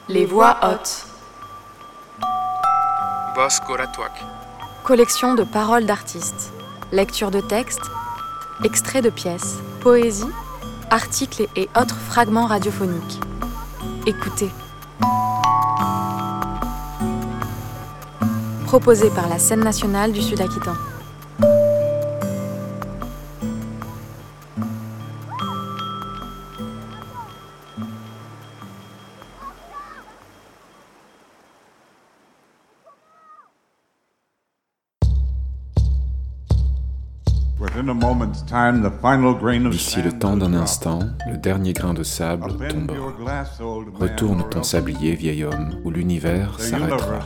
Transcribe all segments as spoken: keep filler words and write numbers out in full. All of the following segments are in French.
Les voix hautes. Bosco Ratuak. Collection de paroles d'artistes. Lecture de textes, extraits de pièces, poésie, articles et autres fragments radiophoniques. Écoutez. Proposé par la Scène nationale du Sud-Aquitain. D'ici le temps d'un instant, le dernier grain de sable tombera. Retourne ton sablier, vieil homme, où l'univers s'arrêtera.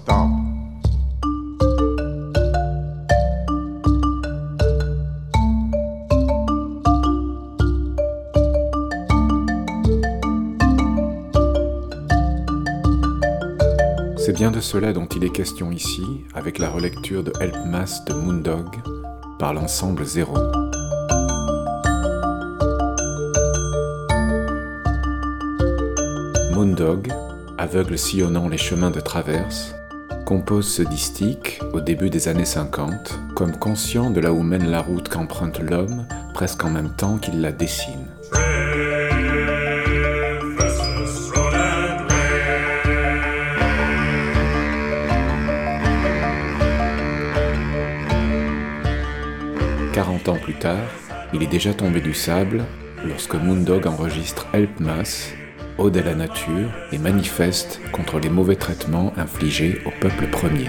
C'est bien de cela dont il est question ici, avec la relecture de Help Mass de Moondog, par l'ensemble Zéro. Moondog, aveugle sillonnant les chemins de traverse, compose ce distique au début des années cinquante, comme conscient de là où mène la route qu'emprunte l'homme, presque en même temps qu'il la dessine. quarante ans plus tard, il est déjà tombé du sable lorsque Moondog enregistre Help Mass, ode à la nature et manifeste contre les mauvais traitements infligés au peuple premier.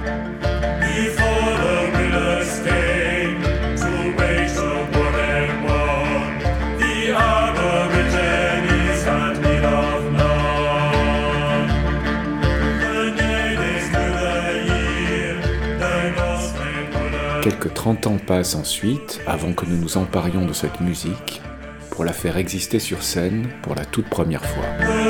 Quelques trente ans passent ensuite avant que nous nous emparions de cette musique pour la faire exister sur scène pour la toute première fois.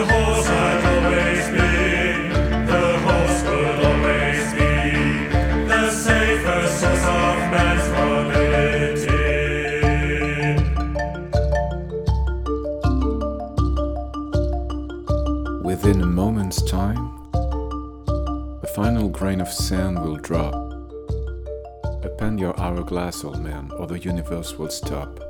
Within a moment's time, a final grain of sand will drop. Append your hourglass, old man, or the universe will stop.